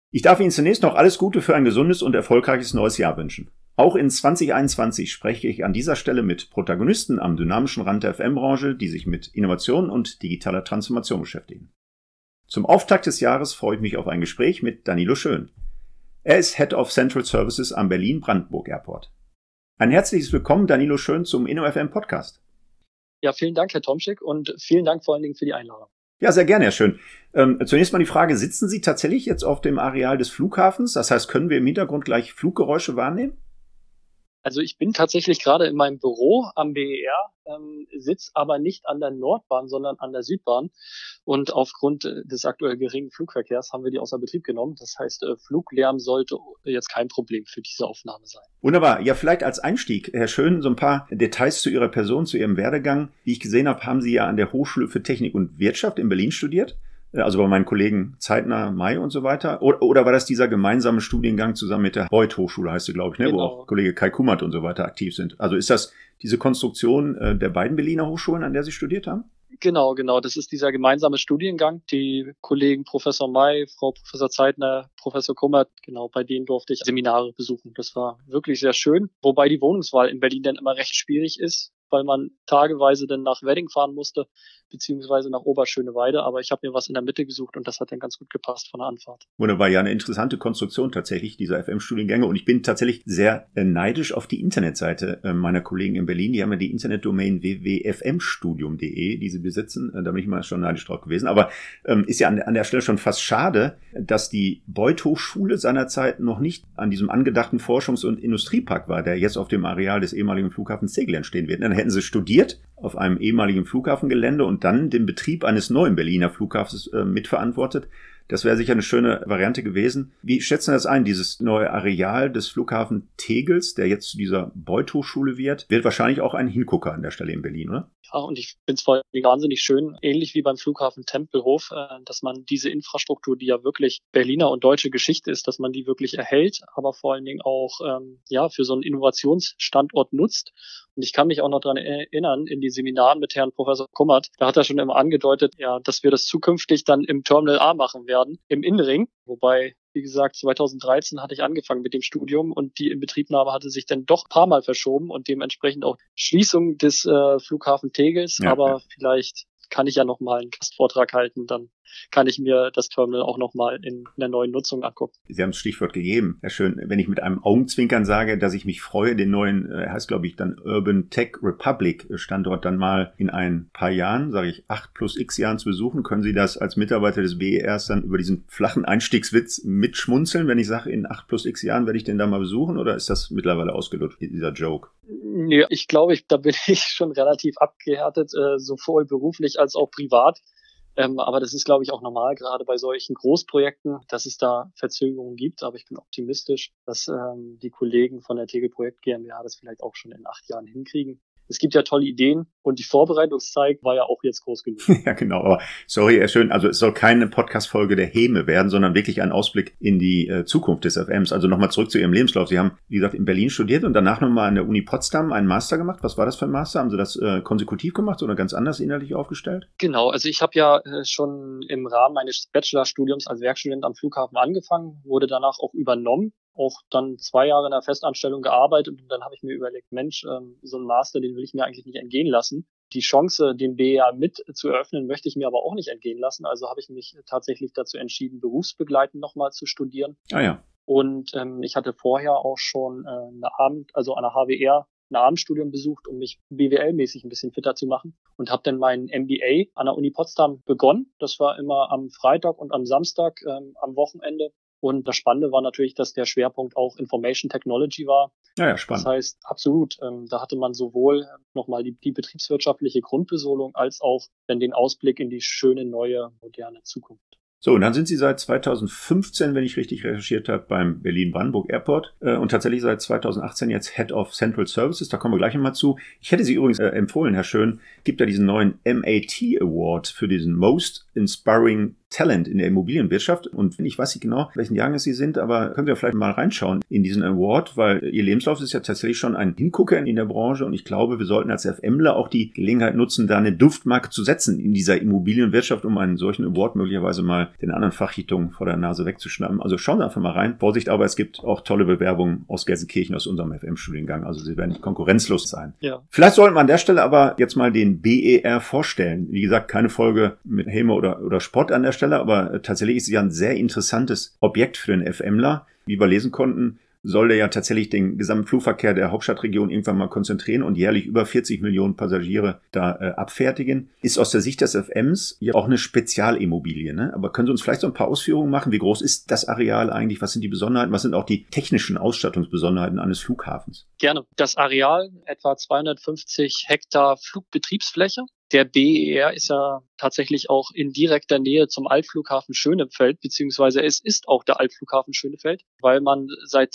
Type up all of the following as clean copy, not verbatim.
Ich darf Ihnen zunächst noch alles Gute für ein gesundes und erfolgreiches neues Jahr wünschen. Auch in 2021 spreche ich an dieser Stelle mit Protagonisten am dynamischen Rand der FM-Branche, die sich mit Innovation und digitaler Transformation beschäftigen. Zum Auftakt des Jahres freue ich mich auf ein Gespräch mit Danilo Schön. Er ist Head of Central Services am Berlin-Brandenburg Airport. Ein herzliches Willkommen, Danilo Schön, zum InnoFM Podcast. Ja, vielen Dank, Herr Tomschick, und vielen Dank vor allen Dingen für die Einladung. Ja, sehr gerne, Herr Schön. Zunächst mal die Frage, sitzen Sie tatsächlich jetzt auf dem Areal des Flughafens? Das heißt, können wir im Hintergrund gleich Fluggeräusche wahrnehmen? Also ich bin tatsächlich gerade in meinem Büro am BER, sitze aber nicht an der Nordbahn, sondern an der Südbahn. Und aufgrund des aktuell geringen Flugverkehrs haben wir die außer Betrieb genommen. Das heißt, Fluglärm sollte jetzt kein Problem für diese Aufnahme sein. Wunderbar. Ja, vielleicht als Einstieg, Herr Schön, so ein paar Details zu Ihrer Person, zu Ihrem Werdegang. Wie ich gesehen habe, haben Sie ja an der Hochschule für Technik und Wirtschaft in Berlin studiert. Also bei meinen Kollegen Zeitner, May und so weiter. Oder war das dieser gemeinsame Studiengang zusammen mit der Beuth Hochschule, heißt sie, glaube ich, ne? Genau. Wo auch Kollege Kai Kummert und so weiter aktiv sind. Also ist das diese Konstruktion der beiden Berliner Hochschulen, an der Sie studiert haben? Genau. Das ist dieser gemeinsame Studiengang. Die Kollegen Professor May, Frau Professor Zeitner, Professor Kummert, genau, bei denen durfte ich Seminare besuchen. Das war wirklich sehr schön. Wobei die Wohnungswahl in Berlin dann immer recht schwierig ist, weil man tageweise dann nach Wedding fahren musste, beziehungsweise nach Oberschöneweide. Aber ich habe mir was in der Mitte gesucht und das hat dann ganz gut gepasst von der Anfahrt. Wunderbar, ja, eine interessante Konstruktion tatsächlich dieser FM-Studiengänge. Und ich bin tatsächlich sehr neidisch auf die Internetseite meiner Kollegen in Berlin. Die haben ja die Internetdomain www.fmstudium.de, die sie besitzen. Da bin ich mal schon neidisch drauf gewesen. Aber ist ja an der Stelle schon fast schade, dass die Beuth Hochschule seinerzeit noch nicht an diesem angedachten Forschungs- und Industriepark war, der jetzt auf dem Areal des ehemaligen Flughafens Tegel entstehen wird. Dann hätten sie studiert auf einem ehemaligen Flughafengelände und dann den Betrieb eines neuen Berliner Flughafens mitverantwortet. Das wäre sicher eine schöne Variante gewesen. Wie schätzen Sie das ein? Dieses neue Areal des Flughafen Tegels, der jetzt zu dieser Beuth Hochschule wird wahrscheinlich auch ein Hingucker an der Stelle in Berlin, oder? Ja, und ich finde es vor allem wahnsinnig schön, ähnlich wie beim Flughafen Tempelhof, dass man diese Infrastruktur, die ja wirklich Berliner und deutsche Geschichte ist, dass man die wirklich erhält, aber vor allen Dingen auch für so einen Innovationsstandort nutzt. Und ich kann mich auch noch daran erinnern, in die Seminaren mit Herrn Professor Kummert, da hat er schon immer angedeutet, ja, dass wir das zukünftig dann im Terminal A machen werden, im Innenring, wobei, wie gesagt, 2013 hatte ich angefangen mit dem Studium und die Inbetriebnahme hatte sich dann doch ein paar Mal verschoben und dementsprechend auch Schließung des Flughafen Tegels. Ja, aber vielleicht kann ich ja noch mal einen Gastvortrag halten, dann kann ich mir das Terminal auch noch mal in der neuen Nutzung angucken. Sie haben das Stichwort gegeben. Herr Schön, wenn ich mit einem Augenzwinkern sage, dass ich mich freue, den neuen, heißt glaube ich dann Urban Tech Republic Standort dann mal in ein paar Jahren, sage ich 8+X Jahren zu besuchen, können Sie das als Mitarbeiter des BERs dann über diesen flachen Einstiegswitz mitschmunzeln, wenn ich sage, in 8+X Jahren werde ich den da mal besuchen, oder ist das mittlerweile ausgelutscht, dieser Joke? Nee, ich glaube, da bin ich schon relativ abgehärtet, sowohl beruflich als auch privat. Aber das ist, glaube ich, auch normal, gerade bei solchen Großprojekten, dass es da Verzögerungen gibt. Aber ich bin optimistisch, dass die Kollegen von der Tegel Projekt GmbH das vielleicht auch schon in 8 Jahren hinkriegen. Es gibt ja tolle Ideen und die Vorbereitungszeit war ja auch jetzt groß genug. Ja, genau. Aber sorry, Herr Schön, also es soll keine Podcast-Folge der Häme werden, sondern wirklich ein Ausblick in die Zukunft des FMs. Also nochmal zurück zu Ihrem Lebenslauf. Sie haben, wie gesagt, in Berlin studiert und danach nochmal an der Uni Potsdam einen Master gemacht. Was war das für ein Master? Haben Sie das konsekutiv gemacht oder ganz anders inhaltlich aufgestellt? Genau, also ich habe ja schon im Rahmen meines Bachelorstudiums als Werkstudent am Flughafen angefangen, wurde danach auch übernommen. Auch dann 2 Jahre in der Festanstellung gearbeitet und dann habe ich mir überlegt, Mensch, so ein Master, den will ich mir eigentlich nicht entgehen lassen. Die Chance, den BER mit zu eröffnen, möchte ich mir aber auch nicht entgehen lassen. Also habe ich mich tatsächlich dazu entschieden, berufsbegleitend nochmal zu studieren. Ah ja. Und ich hatte vorher auch schon an der HWR ein Abendstudium besucht, um mich BWL-mäßig ein bisschen fitter zu machen und habe dann meinen MBA an der Uni Potsdam begonnen. Das war immer am Freitag und am Samstag am Wochenende. Und das Spannende war natürlich, dass der Schwerpunkt auch Information Technology war. Ja, spannend. Das heißt, absolut, da hatte man sowohl nochmal die betriebswirtschaftliche Grundbesolung als auch dann den Ausblick in die schöne, neue, moderne Zukunft. So, und dann sind Sie seit 2015, wenn ich richtig recherchiert habe, beim Berlin-Brandenburg Airport und tatsächlich seit 2018 jetzt Head of Central Services. Da kommen wir gleich nochmal zu. Ich hätte Sie übrigens empfohlen, Herr Schön, gibt ja diesen neuen MAT Award für diesen Most Inspiring Talent in der Immobilienwirtschaft. Und ich weiß nicht genau, welchen Jahrgang Sie sind, aber können wir vielleicht mal reinschauen in diesen Award, weil Ihr Lebenslauf ist ja tatsächlich schon ein Hingucker in der Branche und ich glaube, wir sollten als FMler auch die Gelegenheit nutzen, da eine Duftmarke zu setzen in dieser Immobilienwirtschaft, um einen solchen Award möglicherweise mal den anderen Fachrichtungen vor der Nase wegzuschnappen. Also schauen Sie einfach mal rein. Vorsicht, aber es gibt auch tolle Bewerbungen aus Gelsenkirchen, aus unserem FM-Studiengang. Also Sie werden konkurrenzlos sein. Ja. Vielleicht sollten wir an der Stelle aber jetzt mal den BER vorstellen. Wie gesagt, keine Folge mit Häme oder Spott an der Stelle, aber tatsächlich ist es ja ein sehr interessantes Objekt für den FMler. Wie wir lesen konnten, soll der ja tatsächlich den gesamten Flugverkehr der Hauptstadtregion irgendwann mal konzentrieren und jährlich über 40 Millionen Passagiere da abfertigen. Ist aus der Sicht des FMs ja auch eine Spezialimmobilie, ne? Aber können Sie uns vielleicht so ein paar Ausführungen machen? Wie groß ist das Areal eigentlich? Was sind die Besonderheiten? Was sind auch die technischen Ausstattungsbesonderheiten eines Flughafens? Gerne. Das Areal, etwa 250 Hektar Flugbetriebsfläche. Der BER ist ja tatsächlich auch in direkter Nähe zum Altflughafen Schönefeld, beziehungsweise es ist auch der Altflughafen Schönefeld, weil man seit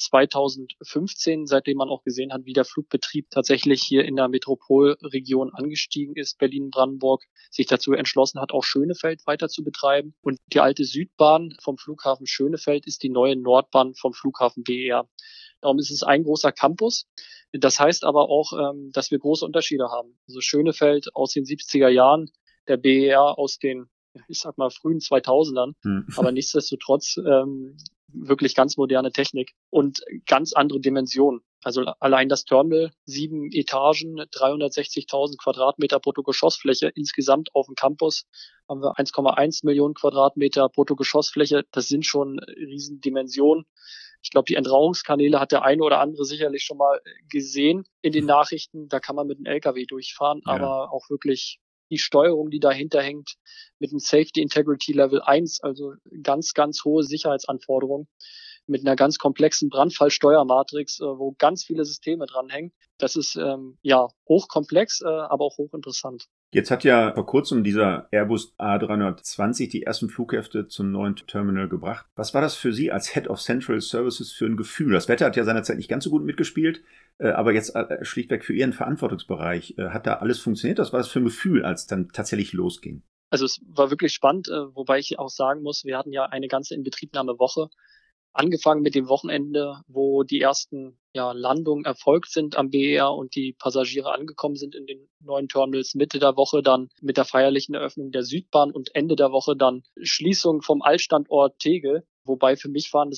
2015, seitdem man auch gesehen hat, wie der Flugbetrieb tatsächlich hier in der Metropolregion angestiegen ist, Berlin-Brandenburg, sich dazu entschlossen hat, auch Schönefeld weiter zu betreiben. Und die alte Südbahn vom Flughafen Schönefeld ist die neue Nordbahn vom Flughafen BER. Darum ist es ein großer Campus. Das heißt aber auch, dass wir große Unterschiede haben. Also Schönefeld aus den 70er Jahren, der BER aus den, ich sag mal, frühen 2000ern. Aber nichtsdestotrotz wirklich ganz moderne Technik und ganz andere Dimensionen. Also allein das Terminal, 7 Etagen, 360.000 Quadratmeter Bruttogeschossfläche. Insgesamt auf dem Campus haben wir 1,1 Millionen Quadratmeter Bruttogeschossfläche. Das sind schon Riesendimensionen. Ich glaube, die Entrauungskanäle hat der eine oder andere sicherlich schon mal gesehen in den Nachrichten. Da kann man mit einem LKW durchfahren, aber auch wirklich die Steuerung, die dahinter hängt, mit einem Safety Integrity Level 1, also ganz, ganz hohe Sicherheitsanforderungen, mit einer ganz komplexen Brandfallsteuermatrix, wo ganz viele Systeme dranhängen. Das ist hochkomplex, aber auch hochinteressant. Jetzt hat ja vor kurzem dieser Airbus A320 die ersten Flughäfte zum neuen Terminal gebracht. Was war das für Sie als Head of Central Services für ein Gefühl? Das Wetter hat ja seinerzeit nicht ganz so gut mitgespielt, aber jetzt schlichtweg für Ihren Verantwortungsbereich. Hat da alles funktioniert? Was war das für ein Gefühl, als dann tatsächlich losging? Also es war wirklich spannend, wobei ich auch sagen muss, wir hatten ja eine ganze Inbetriebnahmewoche. Angefangen mit dem Wochenende, wo die ersten Landungen erfolgt sind am BER und die Passagiere angekommen sind in den neuen Terminals. Mitte der Woche dann mit der feierlichen Eröffnung der Südbahn und Ende der Woche dann Schließung vom Altstandort Tegel. Wobei für mich war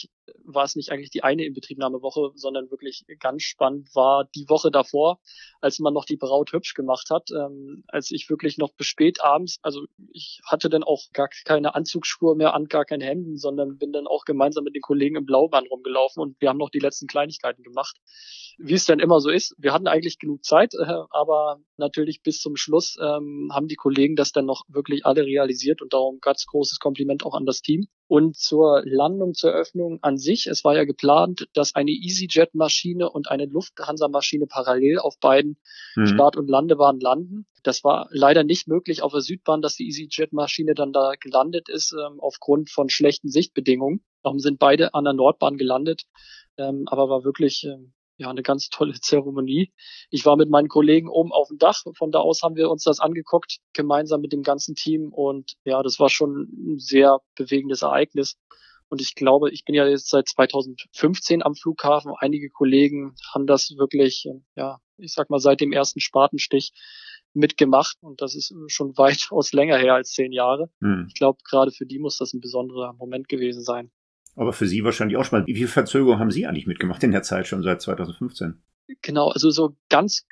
es nicht eigentlich die eine Inbetriebnahmewoche, sondern wirklich ganz spannend war die Woche davor, als man noch die Braut hübsch gemacht hat, als ich wirklich noch bis spät abends, also ich hatte dann auch gar keine Anzugsschuhe mehr an, gar keine Hemden, sondern bin dann auch gemeinsam mit den Kollegen im Blaubahn rumgelaufen und wir haben noch die letzten Kleinigkeiten gemacht. Wie es dann immer so ist, wir hatten eigentlich genug Zeit, aber natürlich bis zum Schluss haben die Kollegen das dann noch wirklich alle realisiert und darum ganz großes Kompliment auch an das Team. Und zur Landung, zur Eröffnung an sich, es war ja geplant, dass eine EasyJet-Maschine und eine Lufthansa-Maschine parallel auf beiden Start- und Landebahnen landen. Das war leider nicht möglich auf der Südbahn, dass die EasyJet-Maschine dann da gelandet ist, aufgrund von schlechten Sichtbedingungen. Darum sind beide an der Nordbahn gelandet, aber war wirklich eine ganz tolle Zeremonie. Ich war mit meinen Kollegen oben auf dem Dach. Von da aus haben wir uns das angeguckt, gemeinsam mit dem ganzen Team. Und ja, das war schon ein sehr bewegendes Ereignis. Und ich glaube, ich bin ja jetzt seit 2015 am Flughafen. Einige Kollegen haben das wirklich, ich sag mal, seit dem ersten Spatenstich mitgemacht. Und das ist schon weitaus länger her als 10 Jahre. Ich glaube, gerade für die muss das ein besonderer Moment gewesen sein. Aber für Sie wahrscheinlich auch schon mal. Wie viel Verzögerung haben Sie eigentlich mitgemacht in der Zeit schon seit 2015? Genau, also so ganz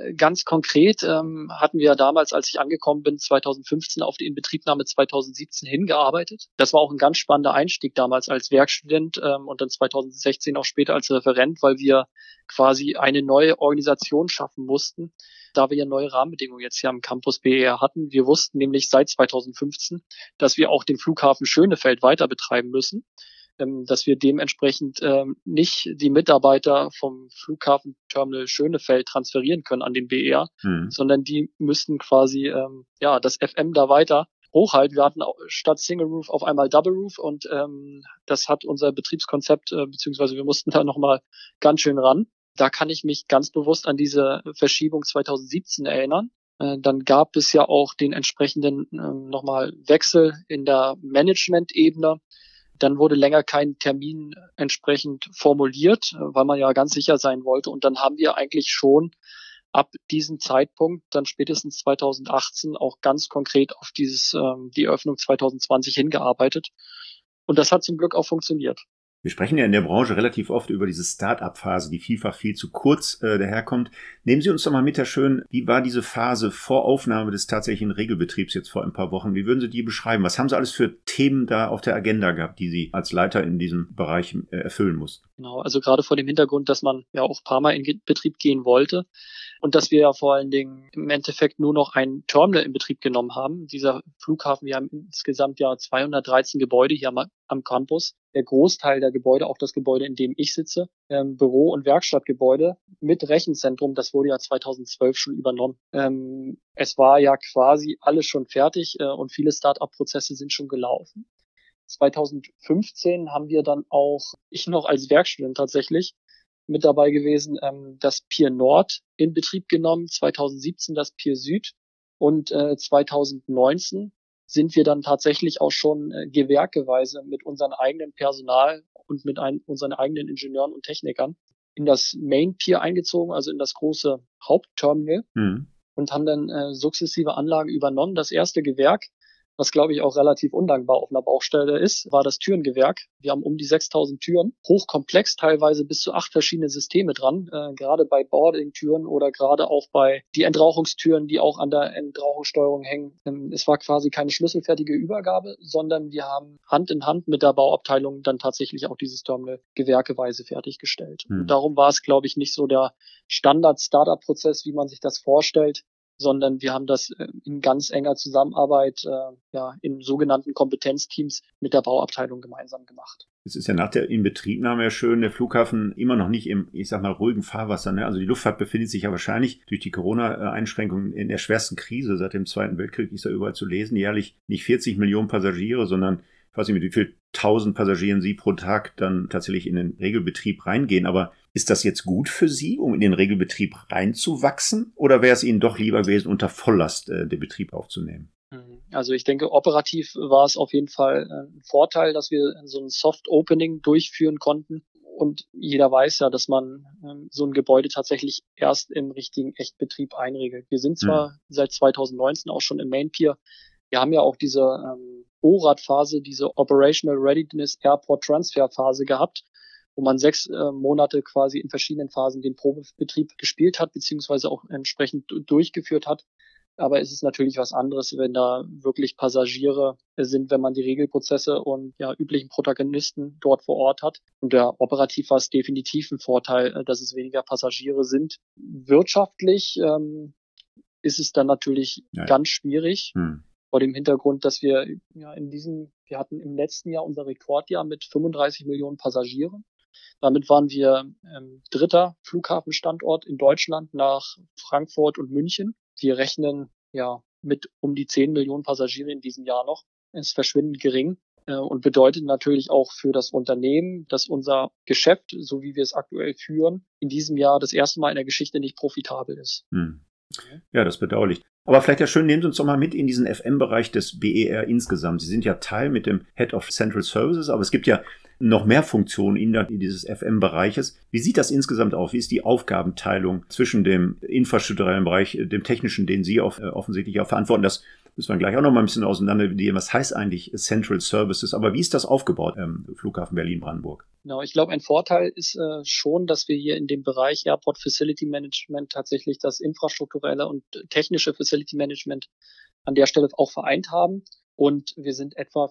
konkret hatten wir ja damals, als ich angekommen bin, 2015 auf die Inbetriebnahme 2017 hingearbeitet. Das war auch ein ganz spannender Einstieg damals als Werkstudent und dann 2016 auch später als Referent, weil wir quasi eine neue Organisation schaffen mussten, da wir ja neue Rahmenbedingungen jetzt hier am Campus BER hatten. Wir wussten nämlich seit 2015, dass wir auch den Flughafen Schönefeld weiter betreiben müssen, dass wir dementsprechend nicht die Mitarbeiter vom Flughafenterminal Schönefeld transferieren können an den BER, sondern die müssten quasi das FM da weiter hochhalten. Wir hatten statt Single Roof auf einmal Double Roof und das hat unser Betriebskonzept, beziehungsweise wir mussten da nochmal ganz schön ran. Da kann ich mich ganz bewusst an diese Verschiebung 2017 erinnern. Dann gab es ja auch den entsprechenden nochmal Wechsel in der Management-Ebene. Dann wurde länger kein Termin entsprechend formuliert, weil man ja ganz sicher sein wollte. Und dann haben wir eigentlich schon ab diesem Zeitpunkt, dann spätestens 2018, auch ganz konkret auf die Eröffnung 2020 hingearbeitet. Und das hat zum Glück auch funktioniert. Wir sprechen ja in der Branche relativ oft über diese Start-up-Phase, die vielfach viel zu kurz daherkommt. Nehmen Sie uns doch mal mit, Herr Schön, wie war diese Phase vor Aufnahme des tatsächlichen Regelbetriebs jetzt vor ein paar Wochen? Wie würden Sie die beschreiben? Was haben Sie alles für Themen da auf der Agenda gehabt, die Sie als Leiter in diesem Bereich erfüllen mussten? Genau, also gerade vor dem Hintergrund, dass man ja auch ein paar Mal in Betrieb gehen wollte und dass wir ja vor allen Dingen im Endeffekt nur noch ein Terminal in Betrieb genommen haben. Dieser Flughafen, wir haben insgesamt ja 213 Gebäude hier am Campus. Der Großteil der Gebäude, auch das Gebäude, in dem ich sitze, Büro- und Werkstattgebäude mit Rechenzentrum, das wurde ja 2012 schon übernommen. Es war ja quasi alles schon fertig und viele Start-up-Prozesse sind schon gelaufen. 2015 haben wir dann auch, ich noch als Werkstudent tatsächlich, mit dabei gewesen, das Pier Nord in Betrieb genommen, 2017 das Pier Süd und 2019 sind wir dann tatsächlich auch schon gewerkeweise mit unserem eigenen Personal und mit unseren eigenen Ingenieuren und Technikern in das Main Pier eingezogen, also in das große Hauptterminal und haben dann sukzessive Anlagen übernommen. Das erste Gewerk, was glaube ich auch relativ undankbar auf einer Baustelle ist, war das Türengewerk. Wir haben um die 6000 Türen, hochkomplex, teilweise bis zu 8 verschiedene Systeme dran, gerade bei Boarding-Türen oder gerade auch bei die Entrauchungstüren, die auch an der Entrauchungssteuerung hängen. Es war quasi keine schlüsselfertige Übergabe, sondern wir haben Hand in Hand mit der Bauabteilung dann tatsächlich auch dieses Terminal gewerkeweise fertiggestellt. Und darum war es, glaube ich, nicht so der Standard-Startup-Prozess, wie man sich das vorstellt, sondern wir haben das in ganz enger Zusammenarbeit in sogenannten Kompetenzteams mit der Bauabteilung gemeinsam gemacht. Es ist ja nach der Inbetriebnahme ja schön, der Flughafen immer noch nicht im, ich sag mal, ruhigen Fahrwasser. Ne? Also die Luftfahrt befindet sich ja wahrscheinlich durch die Corona-Einschränkungen in der schwersten Krise seit dem Zweiten Weltkrieg, ist ja überall zu lesen, jährlich nicht 40 Millionen Passagiere, sondern ich weiß nicht, mit wie viel 1000 Passagieren Sie pro Tag dann tatsächlich in den Regelbetrieb reingehen. Aber ist das jetzt gut für Sie, um in den Regelbetrieb reinzuwachsen? Oder wäre es Ihnen doch lieber gewesen, unter Volllast den Betrieb aufzunehmen? Also ich denke, operativ war es auf jeden Fall ein Vorteil, dass wir so ein Soft-Opening durchführen konnten. Und jeder weiß ja, dass man so ein Gebäude tatsächlich erst im richtigen Echtbetrieb einregelt. Wir sind zwar seit 2019 auch schon im Main Pier. Wir haben ja auch diese ORAD-Phase, diese Operational Readiness Airport Transfer Phase gehabt, wo man 6 Monate quasi in verschiedenen Phasen den Probebetrieb gespielt hat, beziehungsweise auch entsprechend durchgeführt hat. Aber es ist natürlich was anderes, wenn da wirklich Passagiere sind, wenn man die Regelprozesse und üblichen Protagonisten dort vor Ort hat. Und operativ war es definitiv ein Vorteil, dass es weniger Passagiere sind. Wirtschaftlich ist es dann natürlich ganz schwierig. Vor dem Hintergrund, dass wir wir hatten im letzten Jahr unser Rekordjahr mit 35 Millionen Passagieren. Damit waren wir dritter Flughafenstandort in Deutschland nach Frankfurt und München. Wir rechnen mit um die 10 Millionen Passagiere in diesem Jahr noch. Es ist verschwindend gering und bedeutet natürlich auch für das Unternehmen, dass unser Geschäft, so wie wir es aktuell führen, in diesem Jahr das erste Mal in der Geschichte nicht profitabel ist. Ja, das ist bedauerlich. Aber vielleicht ja schön, nehmen Sie uns doch mal mit in diesen FM-Bereich des BER insgesamt. Sie sind ja Teil mit dem Head of Central Services, aber es gibt ja noch mehr Funktionen in dieses FM-Bereiches. Wie sieht das insgesamt aus? Wie ist die Aufgabenteilung zwischen dem infrastrukturellen Bereich, dem technischen, den Sie offensichtlich auch verantworten? Das müssen wir gleich auch noch mal ein bisschen auseinandernehmen. Was heißt eigentlich Central Services? Aber wie ist das aufgebaut im Flughafen Berlin-Brandenburg? Genau, ich glaube, ein Vorteil ist schon, dass wir hier in dem Bereich Airport Facility Management tatsächlich das infrastrukturelle und technische Facility Management an der Stelle auch vereint haben. Und wir sind etwa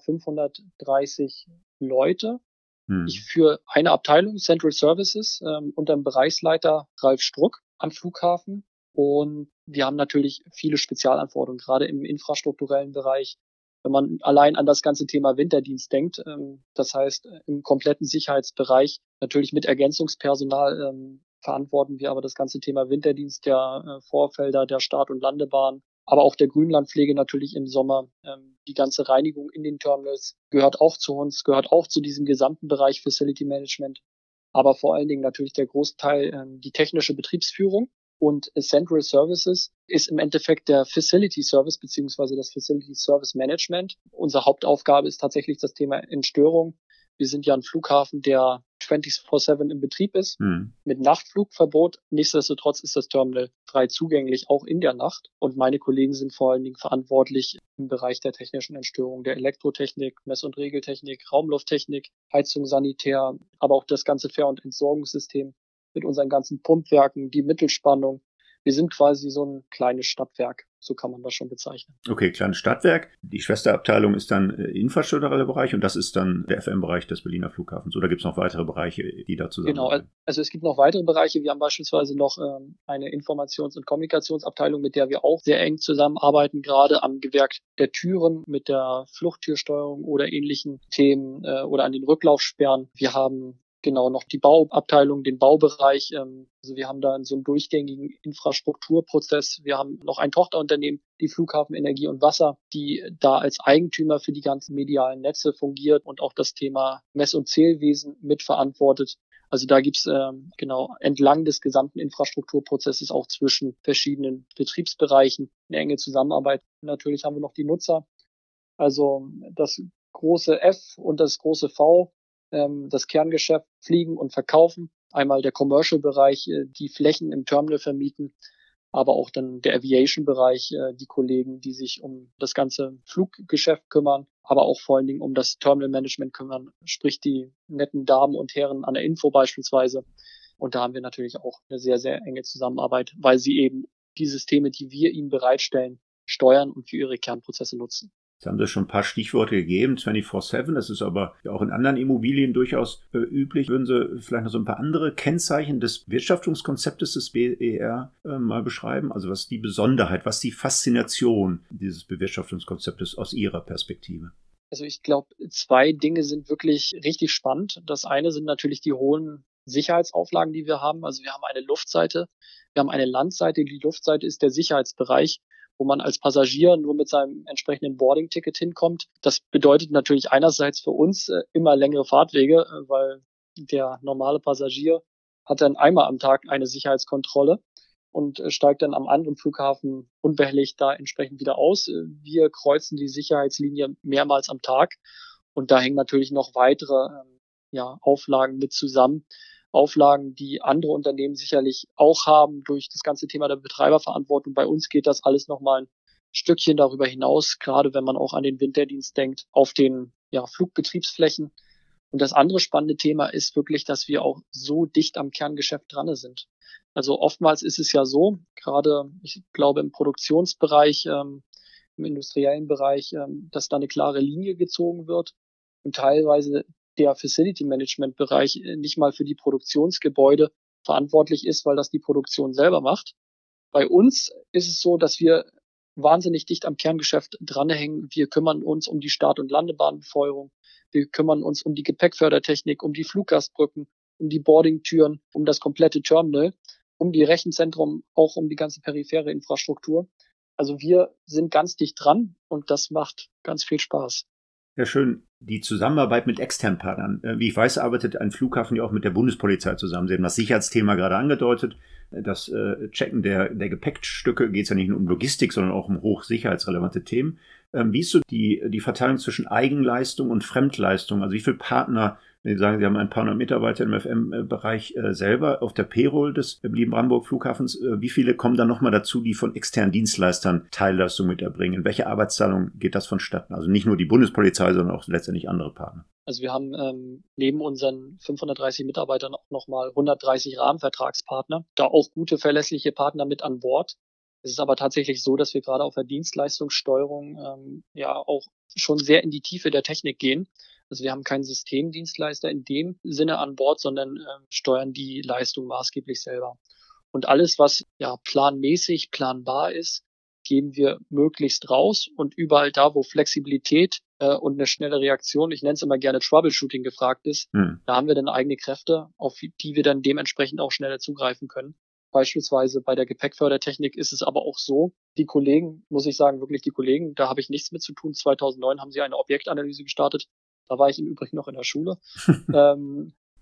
530 Leute. Ich führe eine Abteilung, Central Services, unter dem Bereichsleiter Ralf Struck am Flughafen. Und wir haben natürlich viele Spezialanforderungen, gerade im infrastrukturellen Bereich. Wenn man allein an das ganze Thema Winterdienst denkt, das heißt im kompletten Sicherheitsbereich, natürlich mit Ergänzungspersonal verantworten wir aber das ganze Thema Winterdienst der Vorfelder, der Start- und Landebahn, aber auch der Grünlandpflege natürlich im Sommer. Die ganze Reinigung in den Terminals gehört auch zu uns, gehört auch zu diesem gesamten Bereich Facility Management. Aber vor allen Dingen natürlich der Großteil die technische Betriebsführung. Und Central Services ist im Endeffekt der Facility Service beziehungsweise das Facility Service Management. Unsere Hauptaufgabe ist tatsächlich das Thema Entstörung. Wir sind ja ein Flughafen, der 24/7 im Betrieb ist, mit Nachtflugverbot. Nichtsdestotrotz ist das Terminal frei zugänglich, auch in der Nacht. Und meine Kollegen sind vor allen Dingen verantwortlich im Bereich der technischen Entstörung, der Elektrotechnik, Mess- und Regeltechnik, Raumlufttechnik, Heizung, Sanitär, aber auch das ganze Fähr- und Entsorgungssystem mit unseren ganzen Pumpwerken, die Mittelspannung. Wir sind quasi so ein kleines Stadtwerk, so kann man das schon bezeichnen. Okay, kleines Stadtwerk. Die Schwesterabteilung ist dann infrastruktureller Bereich und das ist dann der FM-Bereich des Berliner Flughafens. Oder gibt es noch weitere Bereiche, die da zusammenarbeiten? Genau, also es gibt noch weitere Bereiche. Wir haben beispielsweise noch eine Informations- und Kommunikationsabteilung, mit der wir auch sehr eng zusammenarbeiten, gerade am Gewerk der Türen mit der Fluchttürsteuerung oder ähnlichen Themen oder an den Rücklaufsperren. Wir haben genau noch die Bauabteilung, den Baubereich. Also wir haben da so einen durchgängigen Infrastrukturprozess. Wir haben noch ein Tochterunternehmen, die Flughafen Energie und Wasser, die da als Eigentümer für die ganzen medialen Netze fungiert und auch das Thema Mess- und Zählwesen mitverantwortet. Also da gibt's genau entlang des gesamten Infrastrukturprozesses auch zwischen verschiedenen Betriebsbereichen eine enge Zusammenarbeit. Natürlich haben wir noch die Nutzer, also das große F und das große V, das Kerngeschäft Fliegen und Verkaufen. Einmal der Commercial-Bereich, die Flächen im Terminal vermieten, aber auch dann der Aviation-Bereich, die Kollegen, die sich um das ganze Fluggeschäft kümmern, aber auch vor allen Dingen um das Terminal-Management kümmern, sprich die netten Damen und Herren an der Info beispielsweise. Und da haben wir natürlich auch eine sehr, sehr enge Zusammenarbeit, weil sie eben die Systeme, die wir ihnen bereitstellen, steuern und für ihre Kernprozesse nutzen. Jetzt haben Sie schon ein paar Stichworte gegeben, 24/7, das ist aber ja auch in anderen Immobilien durchaus üblich. Würden Sie vielleicht noch so ein paar andere Kennzeichen des Bewirtschaftungskonzeptes des BER mal beschreiben? Also was die Besonderheit, was die Faszination dieses Bewirtschaftungskonzeptes aus Ihrer Perspektive? Also ich glaube, zwei Dinge sind wirklich richtig spannend. Das eine sind natürlich die hohen Sicherheitsauflagen, die wir haben. Also wir haben eine Luftseite, wir haben eine Landseite. Die Luftseite ist der Sicherheitsbereich, wo man als Passagier nur mit seinem entsprechenden Boarding-Ticket hinkommt. Das bedeutet natürlich einerseits für uns immer längere Fahrtwege, weil der normale Passagier hat dann einmal am Tag eine Sicherheitskontrolle und steigt dann am anderen Flughafen unbehelligt da entsprechend wieder aus. Wir kreuzen die Sicherheitslinie mehrmals am Tag und da hängen natürlich noch weitere Auflagen mit zusammen. Auflagen, die andere Unternehmen sicherlich auch haben durch das ganze Thema der Betreiberverantwortung. Bei uns geht das alles nochmal ein Stückchen darüber hinaus, gerade wenn man auch an den Winterdienst denkt, auf den Flugbetriebsflächen. Und das andere spannende Thema ist wirklich, dass wir auch so dicht am Kerngeschäft dran sind. Also oftmals ist es ja so, gerade ich glaube im Produktionsbereich, im industriellen Bereich, dass da eine klare Linie gezogen wird und teilweise der Facility Management Bereich nicht mal für die Produktionsgebäude verantwortlich ist, weil das die Produktion selber macht. Bei uns ist es so, dass wir wahnsinnig dicht am Kerngeschäft dranhängen. Wir kümmern uns um die Start- und Landebahnbefeuerung. Wir kümmern uns um die Gepäckfördertechnik, um die Fluggastbrücken, um die Boardingtüren, um das komplette Terminal, um die Rechenzentrum, auch um die ganze periphere Infrastruktur. Also wir sind ganz dicht dran und das macht ganz viel Spaß. Ja, schön. Die Zusammenarbeit mit externen Partnern. Wie ich weiß, arbeitet ein Flughafen ja auch mit der Bundespolizei zusammen. Sie haben das Sicherheitsthema gerade angedeutet. Das Checken der Gepäckstücke geht es ja nicht nur um Logistik, sondern auch um hochsicherheitsrelevante Themen. Wie ist so die Verteilung zwischen Eigenleistung und Fremdleistung? Also wie viele Partner, wenn Sie sagen, Sie haben ein paar hundert Mitarbeiter im FM-Bereich selber auf der Payroll des Berlin-Brandenburg Flughafens, wie viele kommen dann nochmal dazu, die von externen Dienstleistern Teilleistung mit erbringen? Welche Arbeitszahlung geht das vonstatten? Also nicht nur die Bundespolizei, sondern auch letztendlich andere Partner. Also wir haben neben unseren 530 Mitarbeitern auch nochmal 130 Rahmenvertragspartner, da auch gute, verlässliche Partner mit an Bord. Es ist aber tatsächlich so, dass wir gerade auf der Dienstleistungssteuerung auch schon sehr in die Tiefe der Technik gehen. Also wir haben keinen Systemdienstleister in dem Sinne an Bord, sondern steuern die Leistung maßgeblich selber. Und alles, was planmäßig, planbar ist, geben wir möglichst raus und überall da, wo Flexibilität und eine schnelle Reaktion, ich nenne es immer gerne Troubleshooting, gefragt ist, da haben wir dann eigene Kräfte, auf die wir dann dementsprechend auch schneller zugreifen können. Beispielsweise bei der Gepäckfördertechnik ist es aber auch so, die Kollegen, muss ich sagen, wirklich die Kollegen, da habe ich nichts mit zu tun. 2009 haben sie eine Objektanalyse gestartet. Da war ich im Übrigen noch in der Schule.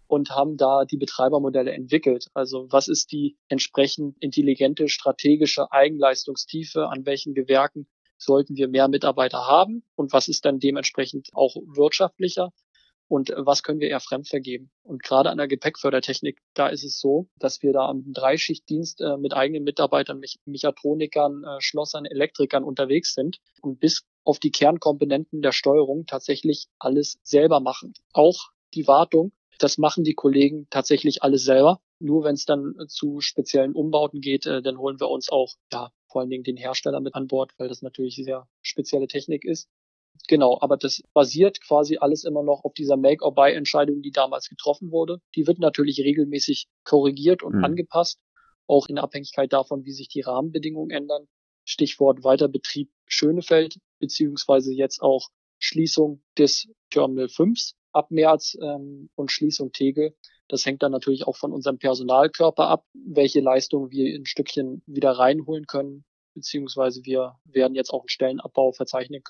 und haben da die Betreibermodelle entwickelt. Also was ist die entsprechend intelligente strategische Eigenleistungstiefe, an welchen Gewerken sollten wir mehr Mitarbeiter haben und was ist dann dementsprechend auch wirtschaftlicher und was können wir eher fremdvergeben. Und gerade an der Gepäckfördertechnik, da ist es so, dass wir da am Dreischichtdienst mit eigenen Mitarbeitern, Mechatronikern, Schlossern, Elektrikern unterwegs sind und bis auf die Kernkomponenten der Steuerung tatsächlich alles selber machen. Auch die Wartung, das machen die Kollegen tatsächlich alles selber. Nur wenn es dann zu speziellen Umbauten geht, dann holen wir uns auch vor allen Dingen den Hersteller mit an Bord, weil das natürlich sehr spezielle Technik ist. Genau, aber das basiert quasi alles immer noch auf dieser Make-or-Buy-Entscheidung, die damals getroffen wurde. Die wird natürlich regelmäßig korrigiert und angepasst, auch in Abhängigkeit davon, wie sich die Rahmenbedingungen ändern. Stichwort Weiterbetrieb Schönefeld, beziehungsweise jetzt auch Schließung des Terminal 5 ab März und Schließung Tegel. Das hängt dann natürlich auch von unserem Personalkörper ab, welche Leistungen wir ein Stückchen wieder reinholen können, beziehungsweise wir werden jetzt auch einen Stellenabbau verzeichnen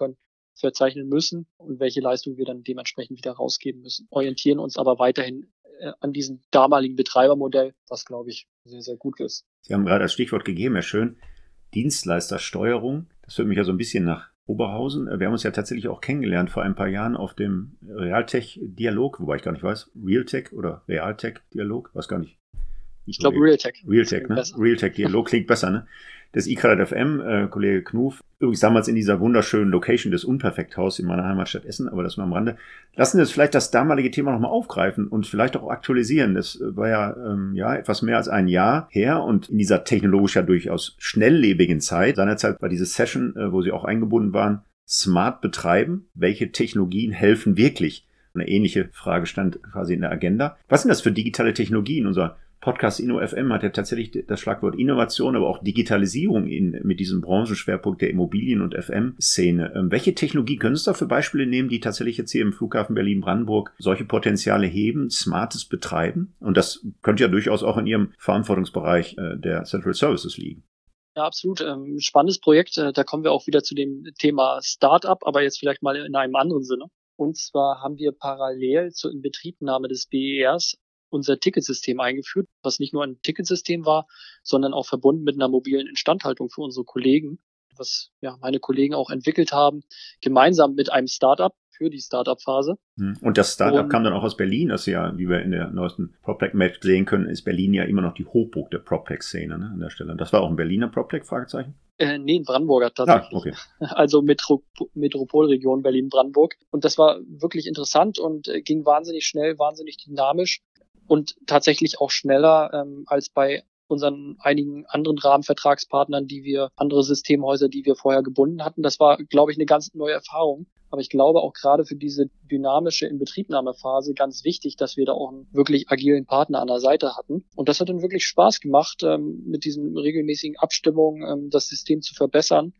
müssen und welche Leistung wir dann dementsprechend wieder rausgeben müssen. Orientieren uns aber weiterhin an diesem damaligen Betreibermodell, was, glaube ich, sehr, sehr gut ist. Sie haben gerade das Stichwort gegeben, Herr Schön, Dienstleistersteuerung. Das führt mich ja so ein bisschen nach Oberhausen. Wir haben uns ja tatsächlich auch kennengelernt vor ein paar Jahren auf dem Realtech-Dialog, wobei ich gar nicht weiß, Realtech oder Realtech-Dialog, weiß gar nicht. Ich glaube Realtech. Realtech, ne? Realtech-Dialog klingt besser, ne? Das IKRFM, Kollege Knuf, übrigens damals in dieser wunderschönen Location des Unperfekthaus in meiner Heimatstadt Essen, aber das nur am Rande. Lassen Sie uns vielleicht das damalige Thema nochmal aufgreifen und vielleicht auch aktualisieren. Das war ja etwas mehr als ein Jahr her und in dieser technologisch ja durchaus schnelllebigen Zeit. Seinerzeit war diese Session, wo Sie auch eingebunden waren, Smart betreiben. Welche Technologien helfen wirklich? Eine ähnliche Frage stand quasi in der Agenda. Was sind das für digitale Technologien? Unser Podcast InnoFM hat ja tatsächlich das Schlagwort Innovation, aber auch Digitalisierung mit diesem Branchenschwerpunkt der Immobilien- und FM-Szene. Welche Technologie können Sie da für Beispiele nehmen, die tatsächlich jetzt hier im Flughafen Berlin-Brandenburg solche Potenziale heben, smartes betreiben? Und das könnte ja durchaus auch in Ihrem Verantwortungsbereich der Central Services liegen. Ja, absolut. Spannendes Projekt. Da kommen wir auch wieder zu dem Thema Startup, aber jetzt vielleicht mal in einem anderen Sinne. Und zwar haben wir parallel zur Inbetriebnahme des BERs unser Ticketsystem eingeführt, was nicht nur ein Ticketsystem war, sondern auch verbunden mit einer mobilen Instandhaltung für unsere Kollegen, was meine Kollegen auch entwickelt haben, gemeinsam mit einem Startup für die Startup-Phase. Und das Startup kam dann auch aus Berlin, das ja, wie wir in der neuesten PropTech-Match sehen können, ist Berlin ja immer noch die Hochburg der PropTech-Szene, ne, an der Stelle. Das war auch ein Berliner PropTech, Fragezeichen? Nee, in Brandenburger tatsächlich. Okay. Also Metropolregion Berlin-Brandenburg. Und das war wirklich interessant und ging wahnsinnig schnell, wahnsinnig dynamisch. Und tatsächlich auch schneller als bei unseren einigen anderen Rahmenvertragspartnern, andere Systemhäuser, die wir vorher gebunden hatten. Das war, glaube ich, eine ganz neue Erfahrung. Aber ich glaube auch gerade für diese dynamische Inbetriebnahmephase ganz wichtig, dass wir da auch einen wirklich agilen Partner an der Seite hatten. Und das hat dann wirklich Spaß gemacht, mit diesen regelmäßigen Abstimmungen das System zu verbessern.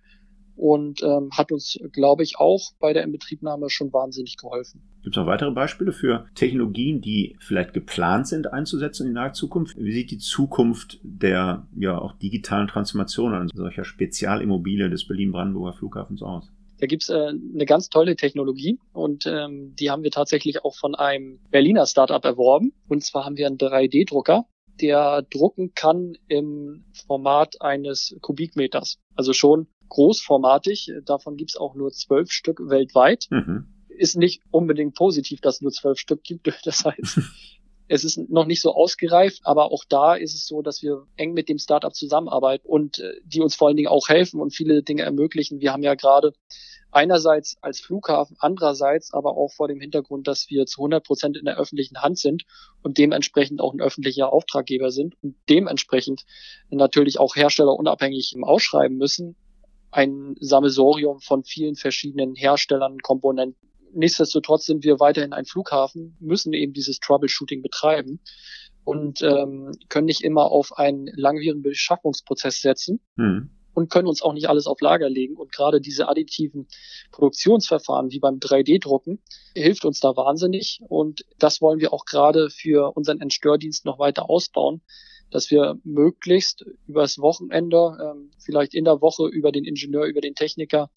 Und hat uns, glaube ich, auch bei der Inbetriebnahme schon wahnsinnig geholfen. Gibt es noch weitere Beispiele für Technologien, die vielleicht geplant sind einzusetzen in naher Zukunft? Wie sieht die Zukunft der auch digitalen Transformation an solcher Spezialimmobilie des Berlin-Brandenburger Flughafens aus? Da gibt's eine ganz tolle Technologie und die haben wir tatsächlich auch von einem Berliner Startup erworben. Und zwar haben wir einen 3D-Drucker, der drucken kann im Format eines Kubikmeters. Also schon großformatig. Davon gibt's auch nur 12 Stück weltweit. Ist nicht unbedingt positiv, dass es nur 12 Stück gibt. Das heißt, es ist noch nicht so ausgereift, aber auch da ist es so, dass wir eng mit dem Startup zusammenarbeiten und die uns vor allen Dingen auch helfen und viele Dinge ermöglichen. Wir haben ja gerade einerseits als Flughafen, andererseits aber auch vor dem Hintergrund, dass wir zu 100% in der öffentlichen Hand sind und dementsprechend auch ein öffentlicher Auftraggeber sind und dementsprechend natürlich auch Hersteller unabhängig ausschreiben müssen, ein Sammelsurium von vielen verschiedenen Herstellern, Komponenten. Nichtsdestotrotz sind wir weiterhin ein Flughafen, müssen eben dieses Troubleshooting betreiben und können nicht immer auf einen langwierigen Beschaffungsprozess setzen und können uns auch nicht alles auf Lager legen. Und gerade diese additiven Produktionsverfahren wie beim 3D-Drucken hilft uns da wahnsinnig. Und das wollen wir auch gerade für unseren Entstördienst noch weiter ausbauen, dass wir möglichst übers Wochenende, vielleicht in der Woche über den Ingenieur, über den Techniker,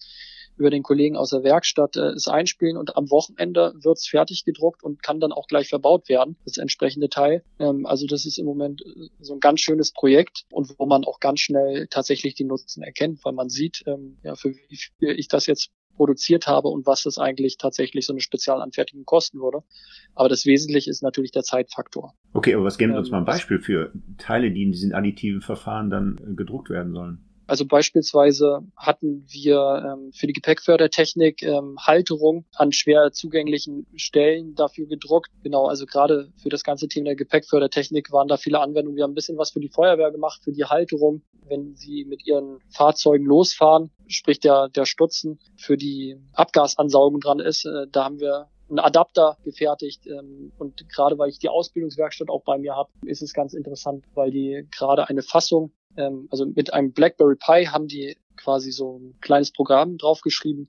über den Kollegen aus der Werkstatt es einspielen und am Wochenende wird es fertig gedruckt und kann dann auch gleich verbaut werden, das entsprechende Teil. Also das ist im Moment so ein ganz schönes Projekt und wo man auch ganz schnell tatsächlich die Nutzen erkennt, weil man sieht, für wie viel ich das jetzt produziert habe und was das eigentlich tatsächlich so eine Spezialanfertigung kosten würde. Aber das Wesentliche ist natürlich der Zeitfaktor. Okay, aber was geben Sie uns mal ein Beispiel für Teile, die in diesen additiven Verfahren dann gedruckt werden sollen? Also beispielsweise hatten wir für die Gepäckfördertechnik Halterung an schwer zugänglichen Stellen dafür gedruckt. Genau, also gerade für das ganze Thema der Gepäckfördertechnik waren da viele Anwendungen. Wir haben ein bisschen was für die Feuerwehr gemacht, für die Halterung. Wenn sie mit ihren Fahrzeugen losfahren, sprich der Stutzen für die Abgasansaugung dran ist, da haben wir einen Adapter gefertigt. Und gerade weil ich die Ausbildungswerkstatt auch bei mir habe, ist es ganz interessant, weil die gerade eine Fassung, also mit einem BlackBerry Pi haben die quasi so ein kleines Programm draufgeschrieben,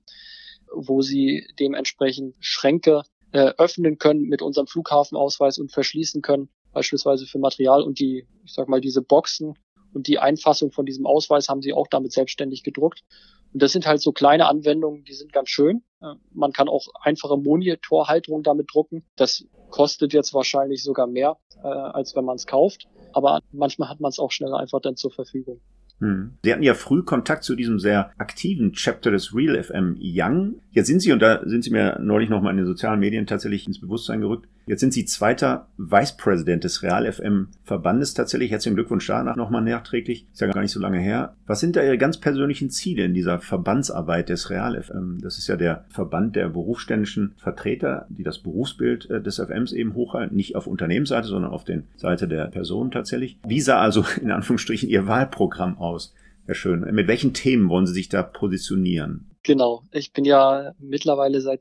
wo sie dementsprechend Schränke öffnen können mit unserem Flughafenausweis und verschließen können, beispielsweise für Material und diese Boxen und die Einfassung von diesem Ausweis haben sie auch damit selbstständig gedruckt. Und das sind halt so kleine Anwendungen, die sind ganz schön. Man kann auch einfache Monitorhalterungen damit drucken. Das kostet jetzt wahrscheinlich sogar mehr, als wenn man es kauft. Aber manchmal hat man es auch schneller einfach dann zur Verfügung. Sie hatten ja früh Kontakt zu diesem sehr aktiven Chapter des Real FM Young. Jetzt sind Sie, und da sind Sie mir neulich nochmal in den sozialen Medien tatsächlich ins Bewusstsein gerückt, jetzt sind Sie zweiter Vice President des Real FM Verbandes tatsächlich. Herzlichen Glückwunsch danach nochmal nachträglich. Ist ja gar nicht so lange her. Was sind da Ihre ganz persönlichen Ziele in dieser Verbandsarbeit des Real FM? Das ist ja der Verband der berufsständischen Vertreter, die das Berufsbild des FMs eben hochhalten. Nicht auf Unternehmensseite, sondern auf der Seite der Personen tatsächlich. Wie sah also in Anführungsstrichen Ihr Wahlprogramm aus? Herr Schön, mit welchen Themen wollen Sie sich da positionieren? Genau, ich bin ja mittlerweile seit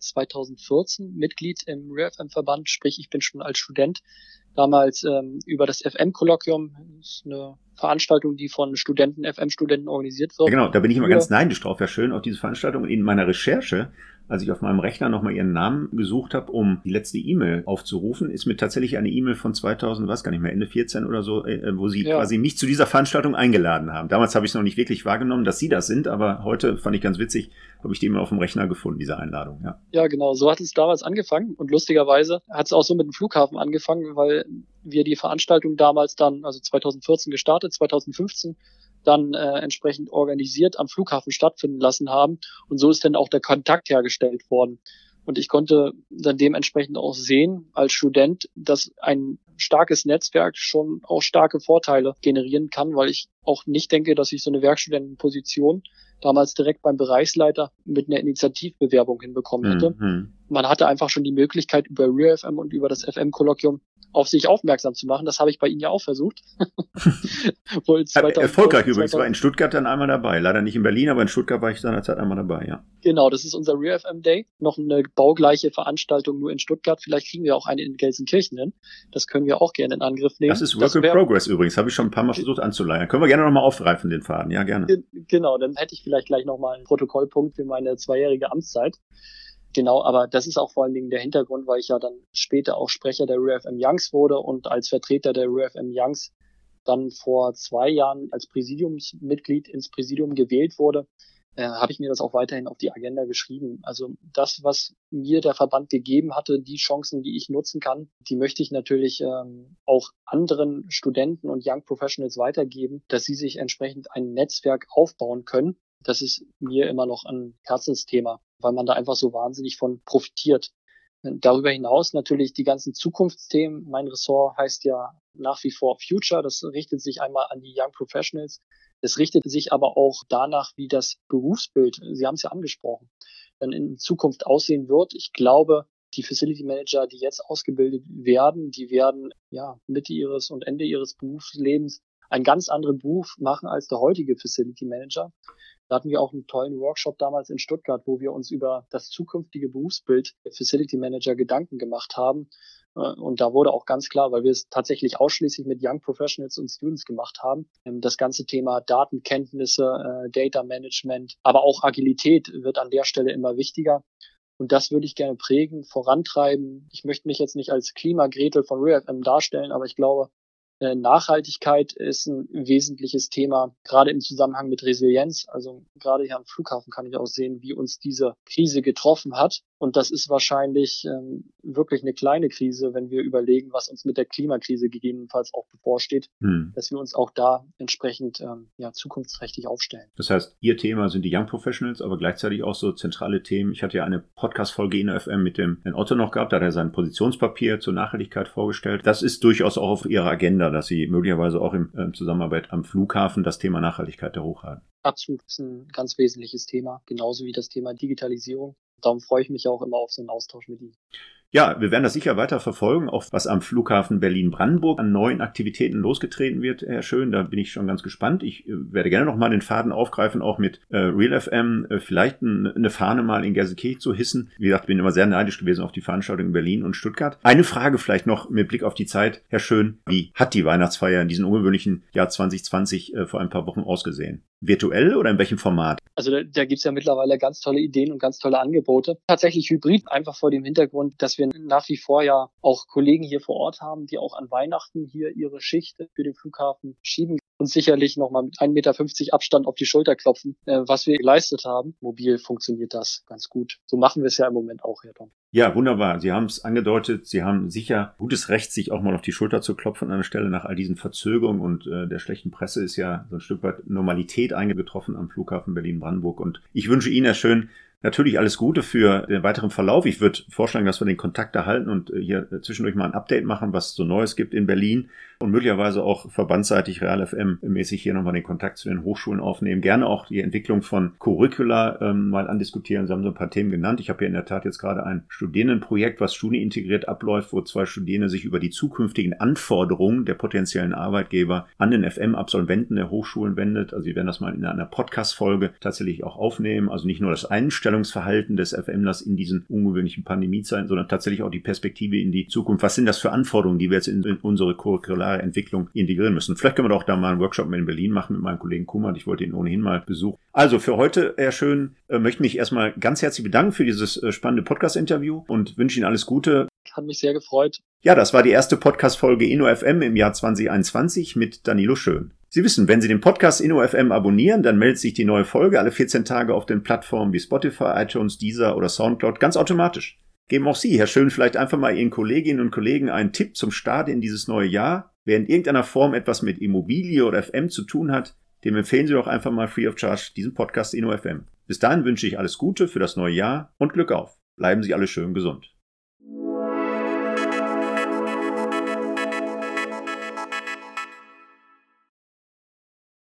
2014 Mitglied im Real FM-Verband, sprich ich bin schon als Student damals über das FM-Kolloquium, das ist eine Veranstaltung, die von FM-Studenten organisiert wird. Ja, genau, da bin ich immer ganz neidisch drauf, Herr Schön, auf diese Veranstaltung. In meiner Recherche, als ich auf meinem Rechner nochmal Ihren Namen gesucht habe, um die letzte E-Mail aufzurufen, ist mir tatsächlich eine E-Mail von 2000, weiß gar nicht mehr, Ende 14 oder so, wo Sie quasi mich zu dieser Veranstaltung eingeladen haben. Damals habe ich es noch nicht wirklich wahrgenommen, dass Sie das sind, aber heute fand ich ganz witzig, habe ich die E-Mail auf dem Rechner gefunden, diese Einladung. Ja, genau, so hat es damals angefangen und lustigerweise hat es auch so mit dem Flughafen angefangen, weil wir die Veranstaltung damals dann, also 2014 gestartet, 2015 dann entsprechend organisiert am Flughafen stattfinden lassen haben. Und so ist dann auch der Kontakt hergestellt worden. Und ich konnte dann dementsprechend auch sehen als Student, dass ein starkes Netzwerk schon auch starke Vorteile generieren kann, weil ich auch nicht denke, dass ich so eine Werkstudentenposition damals direkt beim Bereichsleiter mit einer Initiativbewerbung hinbekommen hätte. Man hatte einfach schon die Möglichkeit, über Real FM und über das FM-Kolloquium auf sich aufmerksam zu machen. Das habe ich bei Ihnen ja auch versucht. Erfolgreich übrigens, war in Stuttgart dann einmal dabei. Leider nicht in Berlin, aber in Stuttgart war ich seinerzeit einmal dabei, ja. Genau, das ist unser Real FM Day. Noch eine baugleiche Veranstaltung nur in Stuttgart. Vielleicht kriegen wir auch eine in Gelsenkirchen hin. Das können wir auch gerne in Angriff nehmen. Das ist Work in Progress übrigens. Habe ich schon ein paar Mal versucht anzuleiern. Können wir gerne nochmal aufgreifen, den Faden. Ja, gerne. Genau, dann hätte ich vielleicht gleich nochmal einen Protokollpunkt für meine 2-jährige Amtszeit. Genau, aber das ist auch vor allen Dingen der Hintergrund, weil ich ja dann später auch Sprecher der Real FM Youngs wurde und als Vertreter der Real FM Youngs dann vor 2 Jahren als Präsidiumsmitglied ins Präsidium gewählt wurde, habe ich mir das auch weiterhin auf die Agenda geschrieben. Also das, was mir der Verband gegeben hatte, die Chancen, die ich nutzen kann, die möchte ich natürlich auch anderen Studenten und Young Professionals weitergeben, dass sie sich entsprechend ein Netzwerk aufbauen können. Das ist mir immer noch ein Herzensthema, weil man da einfach so wahnsinnig von profitiert. Darüber hinaus natürlich die ganzen Zukunftsthemen. Mein Ressort heißt ja nach wie vor Future. Das richtet sich einmal an die Young Professionals. Es richtet sich aber auch danach, wie das Berufsbild, Sie haben es ja angesprochen, dann in Zukunft aussehen wird. Ich glaube, die Facility Manager, die jetzt ausgebildet werden, die werden ja Mitte ihres und Ende ihres Berufslebens einen ganz anderen Beruf machen als der heutige Facility Manager. Da hatten wir auch einen tollen Workshop damals in Stuttgart, wo wir uns über das zukünftige Berufsbild der Facility Manager Gedanken gemacht haben. Und da wurde auch ganz klar, weil wir es tatsächlich ausschließlich mit Young Professionals und Students gemacht haben, das ganze Thema Datenkenntnisse, Data Management, aber auch Agilität wird an der Stelle immer wichtiger. Und das würde ich gerne prägen, vorantreiben. Ich möchte mich jetzt nicht als Klimagretel von Real FM darstellen, aber ich glaube, Nachhaltigkeit ist ein wesentliches Thema, gerade im Zusammenhang mit Resilienz. Also gerade hier am Flughafen kann ich auch sehen, wie uns diese Krise getroffen hat. Und das ist wahrscheinlich wirklich eine kleine Krise, wenn wir überlegen, was uns mit der Klimakrise gegebenenfalls auch bevorsteht, dass wir uns auch da entsprechend zukunftsträchtig aufstellen. Das heißt, Ihr Thema sind die Young Professionals, aber gleichzeitig auch so zentrale Themen. Ich hatte ja eine Podcast-Folge in der FM mit dem Herrn Otto noch gehabt, da hat er sein Positionspapier zur Nachhaltigkeit vorgestellt. Das ist durchaus auch auf Ihrer Agenda, dass Sie möglicherweise auch in Zusammenarbeit am Flughafen das Thema Nachhaltigkeit da hochhalten. Absolut, das ist ein ganz wesentliches Thema, genauso wie das Thema Digitalisierung. Darum freue ich mich auch immer auf so einen Austausch mit Ihnen. Ja, wir werden das sicher weiter verfolgen, auch was am Flughafen Berlin-Brandenburg an neuen Aktivitäten losgetreten wird, Herr Schön. Da bin ich schon ganz gespannt. Ich werde gerne noch mal den Faden aufgreifen, auch mit Real FM, vielleicht eine Fahne mal in Gelsenkirchen zu hissen. Wie gesagt, bin immer sehr neidisch gewesen auf die Veranstaltung in Berlin und Stuttgart. Eine Frage vielleicht noch mit Blick auf die Zeit, Herr Schön. Wie hat die Weihnachtsfeier in diesem ungewöhnlichen Jahr 2020 vor ein paar Wochen ausgesehen? Virtuell oder in welchem Format? Also da gibt's ja mittlerweile ganz tolle Ideen und ganz tolle Angebote. Tatsächlich hybrid, einfach vor dem Hintergrund, dass wir nach wie vor ja auch Kollegen hier vor Ort haben, die auch an Weihnachten hier ihre Schicht für den Flughafen schieben und sicherlich nochmal mit 1,50 Meter Abstand auf die Schulter klopfen, was wir geleistet haben. Mobil funktioniert das ganz gut. So machen wir es ja im Moment auch, Herr Tom. Ja, wunderbar. Sie haben es angedeutet. Sie haben sicher gutes Recht, sich auch mal auf die Schulter zu klopfen an der Stelle nach all diesen Verzögerungen und der schlechten Presse ist ja so ein Stück weit Normalität eingetroffen am Flughafen Berlin-Brandenburg. Und ich wünsche Ihnen, Herr Schön, natürlich alles Gute für den weiteren Verlauf. Ich würde vorschlagen, dass wir den Kontakt erhalten und hier zwischendurch mal ein Update machen, was es so Neues gibt in Berlin und möglicherweise auch verbandsseitig Real FM-mäßig hier nochmal den Kontakt zu den Hochschulen aufnehmen. Gerne auch die Entwicklung von Curricula mal andiskutieren. Sie haben so ein paar Themen genannt. Ich habe hier in der Tat jetzt gerade ein Studierendenprojekt, was studienintegriert abläuft, wo 2 Studierende sich über die zukünftigen Anforderungen der potenziellen Arbeitgeber an den FM-Absolventen der Hochschulen wendet. Also wir werden das mal in einer Podcast-Folge tatsächlich auch aufnehmen. Also nicht nur das Einstellungsverhalten des FMlers in diesen ungewöhnlichen Pandemiezeiten, sondern tatsächlich auch die Perspektive in die Zukunft. Was sind das für Anforderungen, die wir jetzt in unsere curriculare Entwicklung integrieren müssen? Vielleicht können wir doch da mal einen Workshop in Berlin machen mit meinem Kollegen Kummert. Ich wollte ihn ohnehin mal besuchen. Also für heute, Herr Schön, möchte mich erstmal ganz herzlich bedanken für dieses spannende Podcast-Interview und wünsche Ihnen alles Gute. Hat mich sehr gefreut. Ja, das war die erste Podcast-Folge InnoFM im Jahr 2021 mit Danilo Schön. Sie wissen, wenn Sie den Podcast InnoFM abonnieren, dann meldet sich die neue Folge alle 14 Tage auf den Plattformen wie Spotify, iTunes, Deezer oder Soundcloud ganz automatisch. Geben auch Sie, Herr Schön, vielleicht einfach mal Ihren Kolleginnen und Kollegen einen Tipp zum Start in dieses neue Jahr. Wer in irgendeiner Form etwas mit Immobilie oder FM zu tun hat, dem empfehlen Sie doch einfach mal free of charge diesen Podcast InnoFM. Bis dahin wünsche ich alles Gute für das neue Jahr und Glück auf. Bleiben Sie alle schön gesund.